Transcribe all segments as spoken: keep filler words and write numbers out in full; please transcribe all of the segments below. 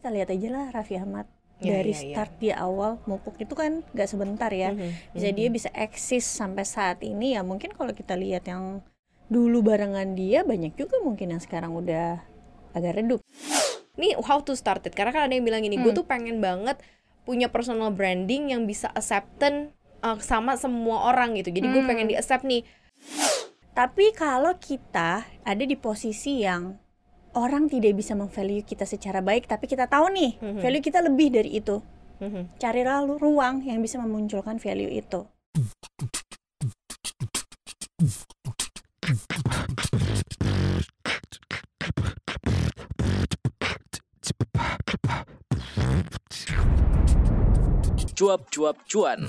kita lihat aja lah Raffi Ahmad. Ya, Dari ya, ya. start dia awal mupuk itu kan gak sebentar ya. Mhm, Bisa mhm. dia bisa eksis sampai saat ini ya. Mungkin kalau kita lihat yang dulu barengan dia, banyak juga mungkin yang sekarang udah agak redup. Ini how to start it, karena kan ada yang bilang gini, gue Hmm. tuh pengen banget punya personal branding yang bisa accepted uh, sama semua orang gitu. Jadi gue Hmm. pengen di-accept nih. Tapi kalau kita ada di posisi yang orang tidak bisa memvalue kita secara baik, tapi kita tahu nih Mhm. value kita lebih dari itu, Mhm. carilah lu ruang yang bisa memunculkan value itu. Cuap-cuap cuan.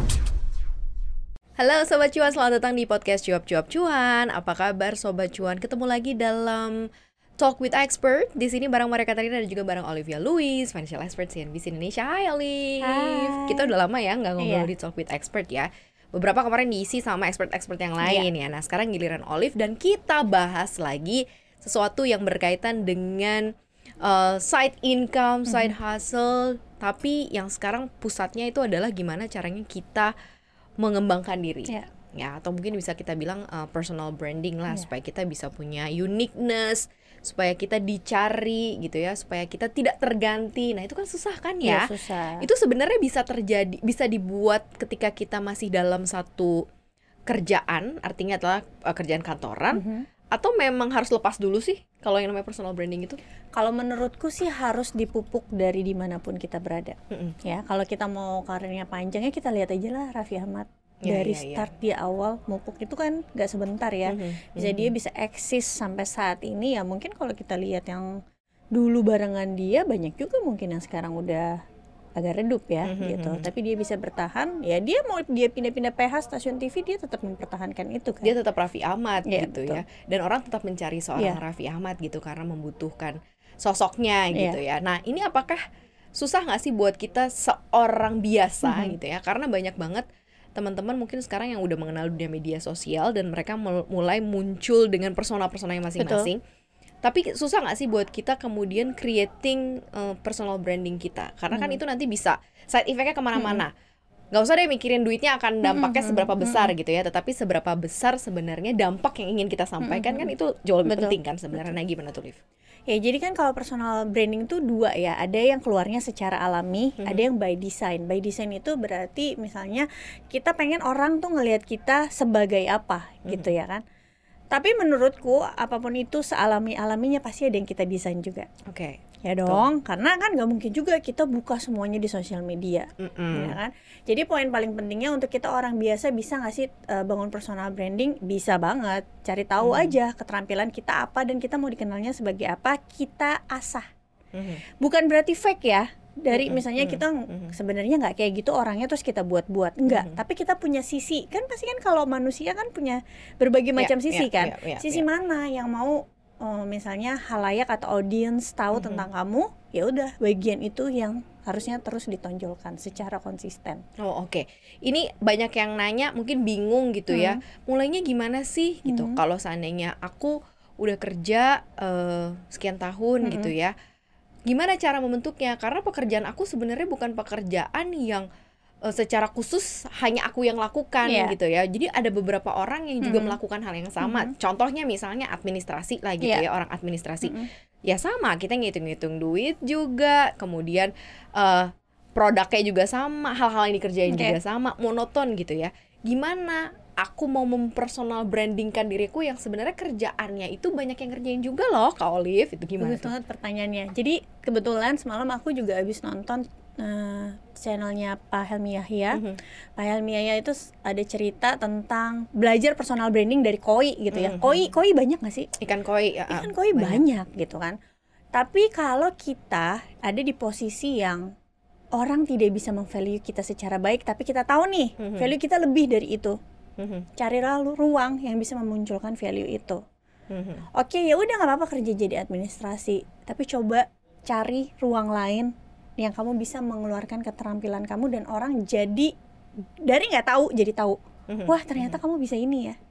Halo Sobat Cuan, selamat datang di podcast Cuap-Cuap Cuan. Apa kabar Sobat Cuan? Ketemu lagi dalam Talk with Expert. Di sini bareng Maria Katarina dan juga bareng Olivia Louis, financial expert C N B C Indonesia. Hai Olive. Hai. Kita udah lama ya nggak ngobrol Iya. di Talk with Expert ya. Beberapa kemarin diisi sama expert-expert yang lain ya. Nah sekarang giliran Olive dan kita bahas lagi sesuatu yang berkaitan dengan uh, side income, side hustle. Tapi yang sekarang pusatnya itu adalah gimana caranya kita mengembangkan diri. Ya. Ya, atau mungkin bisa kita bilang uh, personal branding lah, Ya. supaya kita bisa punya uniqueness, supaya kita dicari gitu ya, supaya kita tidak terganti. Nah, itu kan susah kan ya? Ya, susah. Itu sebenarnya bisa terjadi, bisa dibuat ketika kita masih dalam satu kerjaan, artinya adalah uh, kerjaan kantoran, Mhm. atau memang harus lepas dulu sih kalau yang namanya personal branding itu? Kalau menurutku sih harus dipupuk dari dimanapun kita berada. Mm-mm. Ya, kalau kita mau karirnya panjang ya kita lihat aja lah Raffi Ahmad. Ya, Dari ya, ya. start dia awal mupuk itu kan gak sebentar ya. Mhm, Bisa mhm. dia bisa eksis sampai saat ini ya. Mungkin kalau kita lihat yang dulu barengan dia, banyak juga mungkin yang sekarang udah agak redup ya Mhm, gitu. mhm. Tapi dia bisa bertahan. Ya dia mau dia pindah-pindah P H stasiun T V, dia tetap mempertahankan itu kan. Dia tetap Raffi Ahmad Iya, gitu betul. ya, dan orang tetap mencari seorang Iya. Raffi Ahmad gitu karena membutuhkan sosoknya gitu Iya. ya. Nah ini apakah susah nggak sih buat kita seorang biasa Mhm. gitu ya, karena banyak banget teman-teman mungkin sekarang yang udah mengenal dunia media sosial dan mereka mul- mulai muncul dengan persona-persona yang masing-masing. Tapi susah nggak sih buat kita kemudian creating uh, personal branding kita, karena kan Hmm. itu nanti bisa side effect-nya kemana-mana. Nggak usah deh mikirin duitnya akan dampaknya Mhm, seberapa mhm, besar gitu ya, tetapi seberapa besar sebenarnya dampak yang ingin kita sampaikan, Mhm, kan itu jauh lebih betul, penting kan sebenarnya. Nah, gimana tuh Liv? Ya, jadi kan kalau personal branding tuh dua ya. Ada yang keluarnya secara alami, Mhm. ada yang by design. By design itu berarti misalnya kita pengen orang tuh ngelihat kita sebagai apa gitu ya kan. Tapi menurutku apapun itu sealami-alaminya pasti ada yang kita desain juga. Oke. Ya dong, karena kan nggak mungkin juga kita buka semuanya di sosial media. Mm-mm. Ya kan? Jadi poin paling pentingnya untuk kita orang biasa bisa nggak sih uh, bangun personal branding? Bisa banget. Cari tahu Hmm. aja keterampilan kita apa dan kita mau dikenalnya sebagai apa, kita asah. Mhm. Bukan berarti fake ya. Dari Mm-mm, misalnya mm-mm, kita mm-mm. sebenarnya nggak kayak gitu orangnya terus kita buat-buat. Enggak, Mhm. tapi kita punya sisi. Kan pasti kan kalau manusia kan punya berbagai Ya, macam sisi ya, kan. ya, ya, Sisi ya. mana yang mau uh, misalnya halayak atau audience tahu Mhm. tentang kamu, ya udah bagian itu yang harusnya terus ditonjolkan secara konsisten. Oh oke, ini banyak yang nanya mungkin bingung gitu ya, mulainya gimana sih gitu. Hmm. Kalau seandainya aku udah kerja eh, sekian tahun Hmm. gitu ya, gimana cara membentuknya? Karena pekerjaan aku sebenarnya bukan pekerjaan yang eh, secara khusus hanya aku yang lakukan Iya. gitu ya. Jadi ada beberapa orang yang juga Hmm. melakukan hal yang sama. Hmm. Contohnya misalnya administrasi lah gitu Iya. ya, orang administrasi. Mm-mm. Ya sama, kita ngitung-ngitung duit juga, kemudian eh, produknya juga sama, hal-hal yang dikerjain Oke. juga sama, monoton gitu ya. Gimana aku mau mempersonal brandingkan diriku yang sebenarnya kerjaannya itu banyak yang kerjain juga loh, Kak Olive, itu gimana Bagus tuh? banget pertanyaannya. Jadi kebetulan semalam aku juga habis nonton uh, channelnya Pak Helmi Yahya. Mhm. Pak Helmi Yahya itu s- ada cerita tentang belajar personal branding dari koi gitu ya. Mhm. Koi koi banyak nggak sih? Ikan koi, ya, Ikan koi banyak gitu kan. Tapi kalau kita ada di posisi yang orang tidak bisa memvalue kita secara baik, tapi kita tahu nih Mhm. value kita lebih dari itu. Mhm. Carilah lu ruang yang bisa memunculkan value itu. Mhm. Oke, ya udah nggak apa-apa kerja jadi administrasi, tapi coba cari ruang lain yang kamu bisa mengeluarkan keterampilan kamu dan orang jadi dari nggak tahu jadi tahu. Mhm. Wah, ternyata kamu bisa ini ya.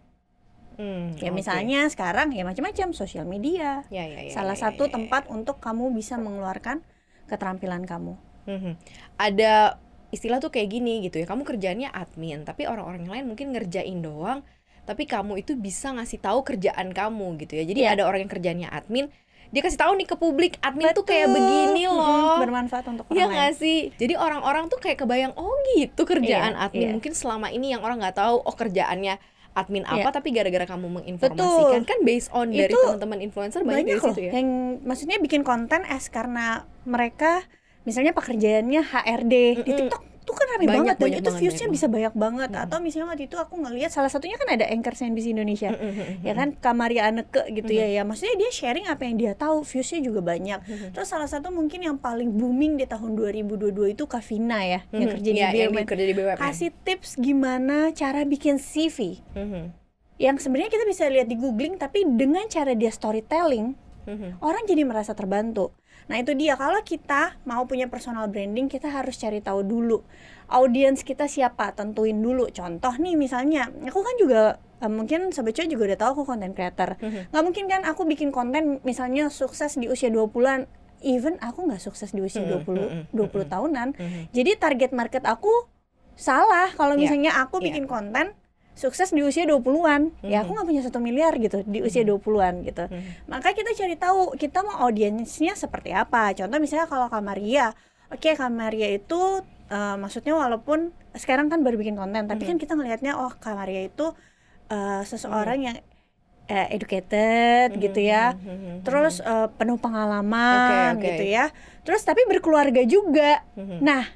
Hmm, Ya oke. misalnya sekarang ya macam-macam sosial media. Ya, ya, ya, Salah ya, satu ya, ya. tempat untuk kamu bisa mengeluarkan keterampilan kamu. Hmm. Ada istilah tuh kayak gini gitu ya, kamu kerjaannya admin, tapi orang-orang lain mungkin ngerjain doang, tapi kamu itu bisa ngasih tahu kerjaan kamu gitu ya. Jadi Iya. ada orang yang kerjaannya admin, dia kasih tahu nih ke publik, admin tuh Betul. kayak begini loh. Mm-mm, bermanfaat untuk orang Iya lain. nggak sih? Jadi orang-orang tuh kayak kebayang, oh gitu kerjaan Iya, admin. iya. Mungkin selama ini yang orang nggak tahu, oh kerjaannya admin apa, Iya. tapi gara-gara kamu menginformasikan, Betul. kan based on dari Itu teman-teman influencer banyak, banyak dari loh situ ya. yang maksudnya bikin konten es karena mereka misalnya pekerjaannya H R D di Mm-mm. TikTok tuh kan rame Banyak, banget dan banyak itu banget, viewsnya banyak bisa banyak banget. Mm-mm. Atau misalnya waktu itu aku ngelihat salah satunya kan ada anchor C N B C Indonesia, Mm-mm. ya kan, Kamaria Anneke gitu ya, ya maksudnya dia sharing apa yang dia tahu, viewsnya juga banyak. Terus salah satu mungkin yang paling booming di tahun dua ribu dua puluh dua itu Kavina ya, yang kerja di Iya, yang B U M N, kerja di B U M N. kasih tips gimana cara bikin C V Mhm. yang sebenarnya kita bisa lihat di googling, tapi dengan cara dia storytelling Mhm. orang jadi merasa terbantu. Nah itu dia, kalau kita mau punya personal branding, kita harus cari tahu dulu audiens kita siapa, tentuin dulu. Contoh nih misalnya, aku kan juga eh, mungkin Sobat Cuan juga udah tahu aku content creator. Mhm. Nggak mungkin kan aku bikin konten misalnya sukses di usia dua puluhan, even aku nggak sukses di usia Mhm, dua puluh mhm, dua puluh mhm. tahunan. Mhm. Jadi target market aku salah kalau Iya, misalnya aku iya. bikin konten sukses di usia dua puluhan, ya aku Mhm. nggak punya satu miliar gitu di usia dua puluhan gitu. Mhm. Maka kita cari tahu kita mau audiensnya seperti apa. Contoh misalnya kalau Kamaria, oke Kamaria itu uh, maksudnya walaupun sekarang kan baru bikin konten, tapi Mhm. kan kita ngelihatnya oh Kamaria itu uh, seseorang yang uh, educated Mhm. gitu ya. Mhm. Terus uh, penuh pengalaman Oke, oke. gitu ya. Terus tapi berkeluarga juga. Mhm. Nah,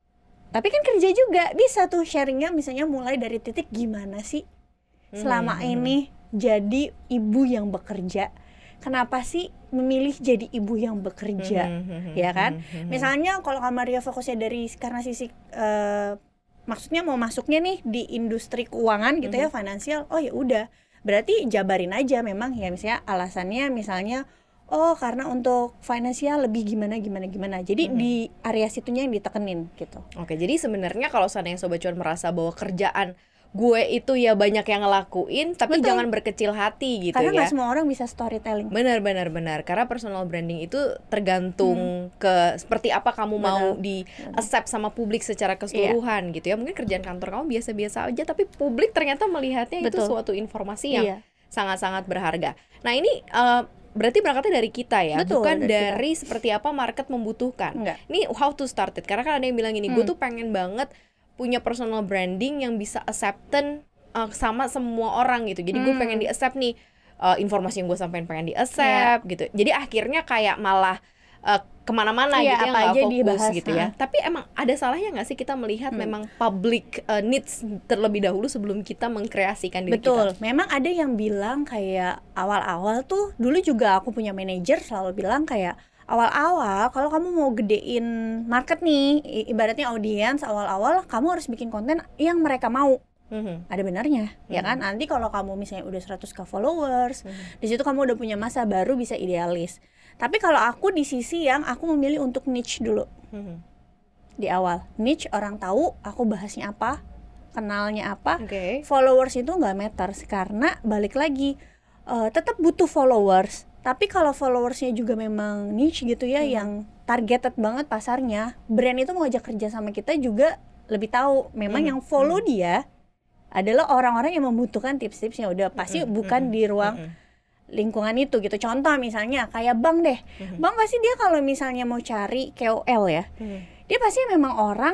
tapi kan kerja juga bisa tuh sharingnya misalnya mulai dari titik gimana sih selama Mhm. ini jadi ibu yang bekerja. Kenapa sih memilih jadi ibu yang bekerja? Mhm. Ya kan? Mhm. Misalnya kalau Kamaria fokusnya dari karena sisi eh, maksudnya mau masuknya nih di industri keuangan gitu ya, finansial. Oh ya udah, berarti jabarin aja memang ya, misalnya alasannya misalnya oh karena untuk finansial lebih gimana gimana gimana. Jadi Mhm. di area situnya yang ditekenin gitu. Oke, jadi sebenarnya kalau seandainya Sobat Cuan merasa bahwa kerjaan gue itu ya banyak yang ngelakuin, tapi Betul. jangan berkecil hati gitu Karena ya. nggak semua orang bisa storytelling. Benar, benar, benar. Karena personal branding itu tergantung ke seperti apa kamu mau Benar. di accept sama publik secara keseluruhan gitu ya. Mungkin kerjaan kantor kamu biasa-biasa aja, tapi publik ternyata melihatnya itu Betul. suatu informasi yang Iya. sangat-sangat berharga. Nah ini eh, berarti berangkatnya dari kita ya, Betul, bukan dari dari seperti apa market membutuhkan. Enggak. Ini how to start it. Karena kan ada yang bilang gini, gue Hmm. tuh pengen banget punya personal branding yang bisa acceptance uh, sama semua orang gitu. Jadi gue Hmm. pengen di-accept nih uh, informasi yang gue sampein pengen di-accept gitu. Jadi akhirnya kayak malah uh, kemana-mana Iya, gitu ya, apa nggak aja fokus dibahas, gitu ya. ha. Tapi emang ada salahnya nggak sih kita melihat Hmm. memang public uh, needs terlebih dahulu sebelum kita mengkreasikan diri Betul, kita? memang ada yang bilang kayak awal-awal tuh, dulu juga aku punya manajer selalu bilang kayak awal-awal kalau kamu mau gedein market nih, i- ibaratnya audiens, awal-awal kamu harus bikin konten yang mereka mau. Mhm. Ada benarnya, ya Mhm. kan? Nanti kalau kamu misalnya udah seratus ribu followers, Mhm. di situ kamu udah punya masa baru bisa idealis. Tapi kalau aku di sisi yang aku memilih untuk niche dulu Mhm. di awal. Niche orang tahu aku bahasnya apa, kenalnya apa. Oke. Followers itu nggak matters karena balik lagi eh, tetap butuh followers. Tapi kalau followersnya juga memang niche gitu ya, Hmm. yang targeted banget pasarnya, brand itu mau ajak kerja sama kita juga lebih tahu. Memang Hmm. yang follow Hmm. dia adalah orang-orang yang membutuhkan tips-tipsnya. Udah pasti Mm-mm, bukan mm-mm, di ruang mm-mm. lingkungan itu gitu. Contoh misalnya kayak bank deh. Mhm. Bank pasti dia kalau misalnya mau cari K O L ya, Mhm. dia pasti memang orang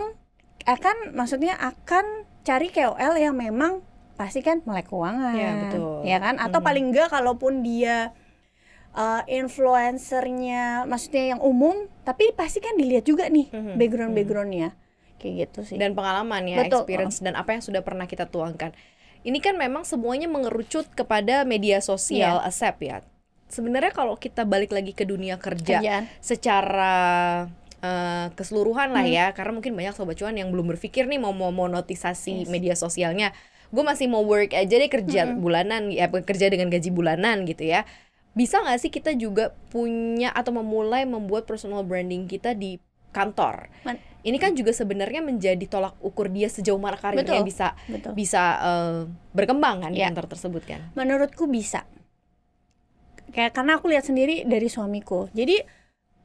akan maksudnya akan cari K O L yang memang pasti kan melek keuangan, Ya, betul. ya kan? Atau Mhm. paling enggak kalaupun dia uh, influencernya, maksudnya yang umum, tapi pasti kan dilihat juga nih Mhm. background-backgroundnya, kayak gitu sih. Dan pengalaman ya, Betul. experience dan apa yang sudah pernah kita tuangkan. Ini kan memang semuanya mengerucut kepada media sosial, Iya. accept ya. Sebenarnya kalau kita balik lagi ke dunia kerja Kerjaan. secara uh, keseluruhan lah Hmm. ya, karena mungkin banyak Sobat Cuan yang belum berpikir nih mau mau monetisasi Yes. media sosialnya. Gue masih mau work aja deh, kerja Mm-mm. bulanan, ya kerja dengan gaji bulanan gitu ya. Bisa nggak sih kita juga punya atau memulai membuat personal branding kita di kantor? Man- Ini kan juga sebenarnya menjadi tolak ukur dia sejauh mana karirnya Betul. bisa Betul. bisa uh, berkembang kan di Ya. kantor tersebut kan? Menurutku bisa. Kayak karena aku lihat sendiri dari suamiku. Jadi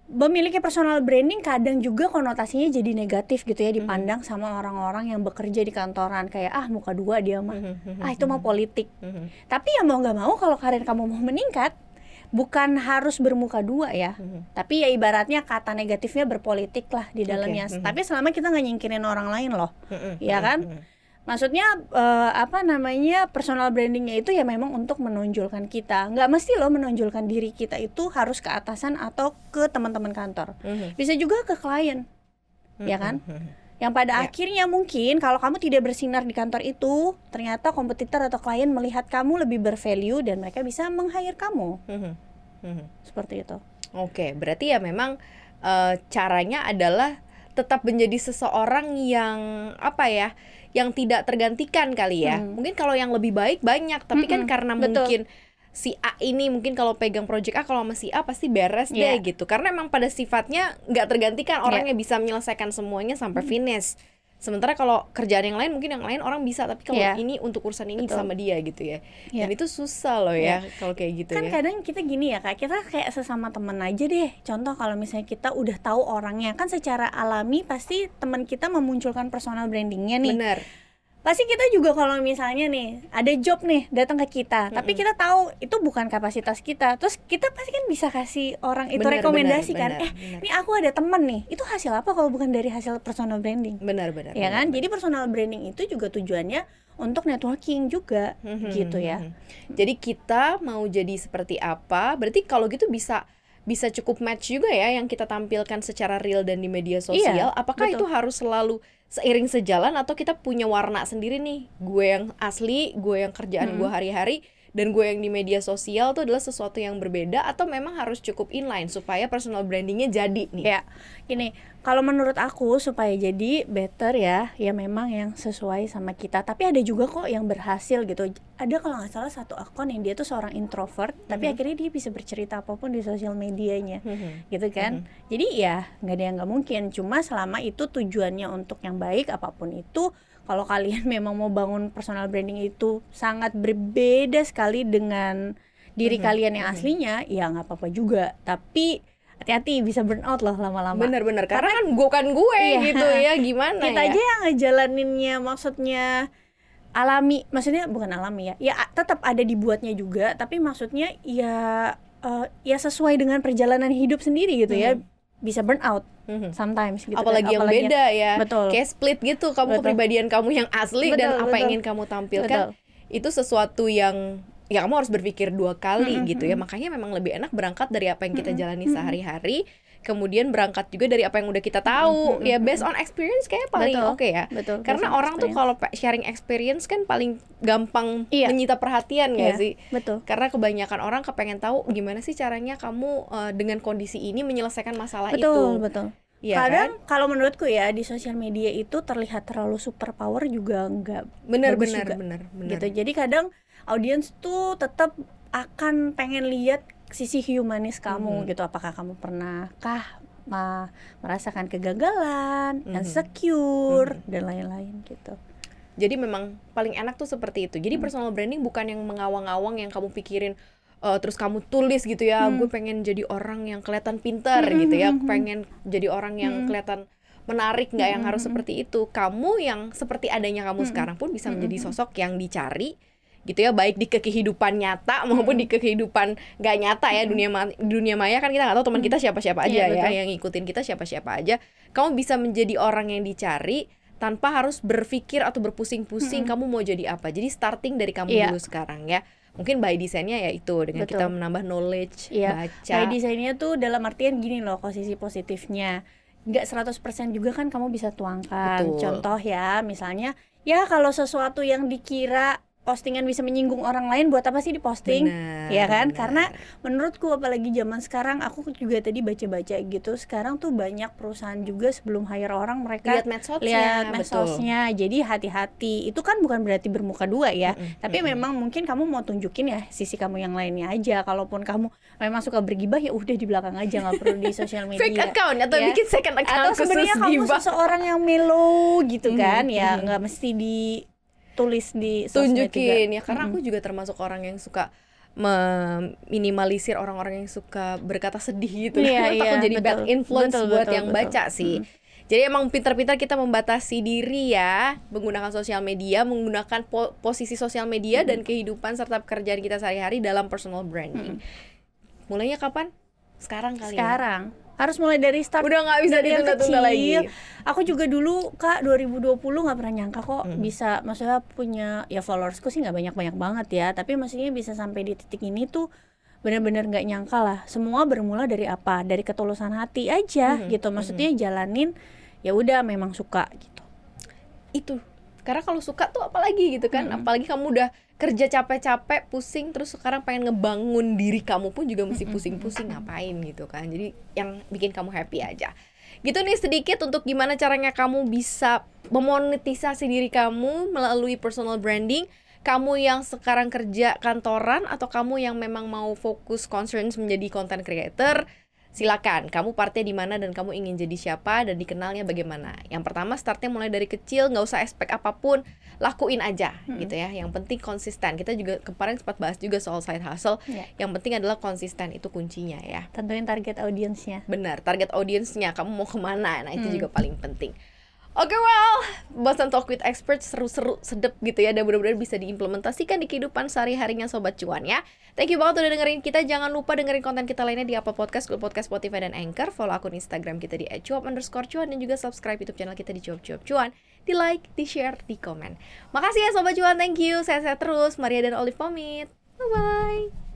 memiliki personal branding kadang juga konotasinya jadi negatif gitu ya, dipandang mm-hmm. sama orang-orang yang bekerja di kantoran, kayak ah muka dua dia mah, mm-hmm. ah itu mah politik. Mm-hmm. Tapi ya mau nggak mau kalau karir kamu mau meningkat, bukan harus bermuka dua ya, mm-hmm. tapi ya ibaratnya kata negatifnya berpolitik lah di dalamnya. Okay. Mm-hmm. Tapi selama kita nggak nyingkirin orang lain loh, mm-hmm. ya kan? Mm-hmm. Maksudnya uh, apa namanya personal brandingnya itu ya memang untuk menonjolkan kita. Nggak mesti loh menonjolkan diri kita itu harus ke atasan atau ke teman-teman kantor. Mm-hmm. Bisa juga ke klien, mm-hmm. ya kan? Yang pada yeah. akhirnya mungkin kalau kamu tidak bersinar di kantor itu, ternyata kompetitor atau klien melihat kamu lebih bervalue dan mereka bisa meng-hire kamu. Mm-hmm. Mm-hmm. Seperti itu. Oke, okay, berarti ya memang uh, caranya adalah tetap menjadi seseorang yang apa ya? Yang tidak tergantikan kali ya. Hmm. Mungkin kalau yang lebih baik banyak, tapi hmm, kan karena betul. Mungkin si A ini mungkin kalau pegang project A, kalau sama si A pasti beres yeah. deh gitu. Karena emang pada sifatnya nggak tergantikan, orang yeah. yang bisa menyelesaikan semuanya sampai hmm. finish. Sementara kalau kerjaan yang lain mungkin yang lain orang bisa, tapi kalau yeah. ini untuk urusan ini betul. Sama dia gitu ya. Yeah. Dan itu susah loh ya yeah. kalau kayak gitu kan ya. Kan kadang kita gini ya Kak, kita kayak sesama teman aja deh. Contoh kalau misalnya kita udah tahu orangnya, kan secara alami pasti teman kita memunculkan personal brandingnya nih. Benar. Pasti kita juga kalau misalnya nih ada job nih datang ke kita, mm-hmm. tapi kita tahu itu bukan kapasitas kita, terus kita pasti kan bisa kasih orang itu bener, rekomendasi bener, kan, bener, eh bener. Nih aku ada temen nih, itu hasil apa kalau bukan dari hasil personal branding? Benar-benar. Ya kan, benar. Jadi personal branding itu juga tujuannya untuk networking juga, mm-hmm. gitu ya. Mm-hmm. Jadi kita mau jadi seperti apa? Berarti kalau gitu bisa bisa cukup match juga ya yang kita tampilkan secara real dan di media sosial. Iya, apakah betul. Itu harus selalu seiring sejalan atau kita punya warna sendiri nih, gue yang asli, gue yang kerjaan hmm. gue hari-hari, dan gue yang di media sosial tuh adalah sesuatu yang berbeda, atau memang harus cukup inline supaya personal brandingnya jadi nih? Ya, ini kalau menurut aku supaya jadi better ya, ya memang yang sesuai sama kita. Tapi ada juga kok yang berhasil gitu. Ada kalau nggak salah satu akun yang dia tuh seorang introvert, mm-hmm. tapi akhirnya dia bisa bercerita apapun di sosial medianya, mm-hmm. gitu kan? Mm-hmm. Jadi ya nggak ada yang nggak mungkin. Cuma selama itu tujuannya untuk yang baik apapun itu. Kalau kalian memang mau bangun personal branding itu sangat berbeda sekali dengan diri mm-hmm. kalian yang aslinya, ya nggak apa-apa juga. Tapi hati-hati bisa burn out loh lama-lama. Bener-bener, karena, karena kan gue kan gue iya. gitu ya, gimana kita ya? aja yang ngejalaninnya maksudnya alami, maksudnya bukan alami ya, ya tetap ada dibuatnya juga, tapi maksudnya ya uh, ya sesuai dengan perjalanan hidup sendiri gitu mm-hmm. ya. Bisa burn out mm-hmm. sometimes gitu. Apalagi kan. yang Apalagi beda yang, ya betul. Kayak split gitu, kamu betul. Kepribadian kamu yang asli betul, dan apa betul. Yang ingin kamu tampilkan betul. Itu sesuatu yang ya kamu harus berpikir dua kali mm-hmm. gitu ya. Makanya memang lebih enak berangkat dari apa yang kita jalani mm-hmm. sehari-hari, kemudian berangkat juga dari apa yang udah kita tahu mm-hmm. ya based on experience kayak paling oke okay ya betul, karena orang experience. Tuh kalau sharing experience kan paling gampang iya. menyita perhatian nggak iya, sih betul. Karena kebanyakan orang kepengen tahu gimana sih caranya kamu uh, dengan kondisi ini menyelesaikan masalah betul, itu betul ya, kan? Kadang kalau menurutku ya di sosial media itu terlihat terlalu super power juga nggak benar bagus benar juga, benar benar gitu. Jadi kadang audiens tuh tetap akan pengen lihat sisi humanis kamu mm-hmm. gitu. Apakah kamu pernahkah ma- merasakan kegagalan, mm-hmm. insecure mm-hmm. dan lain-lain gitu. Jadi memang paling enak tuh seperti itu. Jadi mm-hmm. personal branding bukan yang mengawang-awang yang kamu pikirin uh, terus kamu tulis gitu ya, mm-hmm. gue pengen jadi orang yang kelihatan pintar mm-hmm. gitu ya, pengen jadi orang yang mm-hmm. kelihatan menarik, nggak mm-hmm. yang harus seperti itu. Kamu yang seperti adanya kamu mm-hmm. sekarang pun bisa menjadi sosok yang dicari gitu ya, baik di kehidupan nyata maupun hmm. di kehidupan nggak nyata ya, dunia ma- dunia maya kan kita nggak tahu teman kita siapa-siapa aja yeah, ya, yang ngikutin kita siapa-siapa aja. Kamu bisa menjadi orang yang dicari tanpa harus berpikir atau berpusing-pusing hmm. kamu mau jadi apa. Jadi starting dari kamu yeah. dulu sekarang ya. Mungkin by design-nya ya itu dengan Betul. Kita menambah knowledge, yeah. baca. By design-nya tuh dalam artian gini loh, posisi positifnya nggak seratus persen juga kan kamu bisa tuangkan. Betul. Contoh ya, misalnya ya kalau sesuatu yang dikira postingan bisa menyinggung orang lain, buat apa sih diposting? Bener, ya kan? Bener. Karena menurutku apalagi zaman sekarang, aku juga tadi baca-baca gitu, sekarang tuh banyak perusahaan juga sebelum hire orang mereka lihat medsosnya, lihat medsosnya. Jadi hati-hati. Itu kan bukan berarti bermuka dua ya, mm-hmm. tapi mm-hmm. memang mungkin kamu mau tunjukin ya sisi kamu yang lainnya aja. Kalaupun kamu memang suka bergibah ya udah di belakang aja, nggak perlu di sosial media. Fake account atau ya. Bikin second account atau sebenarnya kamu gibah. Seseorang yang mellow gitu kan, mm-hmm. ya nggak mesti di tulis di tunjukin juga. Ya karena mm-hmm. aku juga termasuk orang yang suka meminimalisir orang-orang yang suka berkata sedih gitu. Iya, Takut iya, jadi betul. bad influence Betul, buat betul, yang betul. baca sih. Mm. Jadi emang pintar-pintar kita membatasi diri ya, menggunakan sosial media, menggunakan po- posisi sosial media dan kehidupan serta pekerjaan kita sehari-hari dalam personal branding. Mulainya kapan? Sekarang kali ya. Sekarang harus mulai dari start. Udah nggak bisa dari yang ditunda-tunda kecil. lagi. Aku juga dulu Kak dua ribu dua puluh nggak pernah nyangka kok Hmm. bisa, maksudnya punya ya followersku sih nggak banyak-banyak banget ya, tapi maksudnya bisa sampai di titik ini tuh benar-benar nggak nyangka lah. Semua bermula dari apa? Dari ketulusan hati aja Hmm, gitu. Maksudnya jalanin ya udah memang suka gitu. Itu karena kalau suka tuh apalagi gitu kan, Mm-mm. apalagi kamu udah kerja capek-capek pusing terus sekarang pengen ngebangun diri kamu pun juga mesti pusing-pusing ngapain gitu kan. Jadi yang bikin kamu happy aja gitu. Nih sedikit untuk gimana caranya kamu bisa memonetisasi diri kamu melalui personal branding. Kamu yang sekarang kerja kantoran atau kamu yang memang mau fokus concerns menjadi content creator, silakan. Kamu partnya di mana dan kamu ingin jadi siapa dan dikenalnya bagaimana. Yang pertama startnya mulai dari kecil, nggak usah expect apapun, lakuin aja Hmm. gitu ya. Yang penting konsisten. Kita juga kemarin sempat bahas juga soal side hustle. Ya. Yang penting adalah konsisten, itu kuncinya ya. Tentuin target audiensnya. Benar, target audiensnya, kamu mau kemana, nah itu Hmm. juga paling penting. Oke, well, Bosan Talk with Expert seru-seru, sedep gitu ya, dan benar-benar bisa diimplementasikan di kehidupan sehari-harinya Sobat Cuan ya. Thank you banget udah dengerin kita. Jangan lupa dengerin konten kita lainnya di Apple Podcast, Google Podcast, Spotify, dan Anchor. Follow akun Instagram kita di et cuap underscore cuan, dan juga subscribe YouTube channel kita di Cuap Cuap Cuan. Di like, di share, di komen. Makasih ya Sobat Cuan, thank you. Sehat-sehat terus. Maria dan Olive pamit. Bye-bye.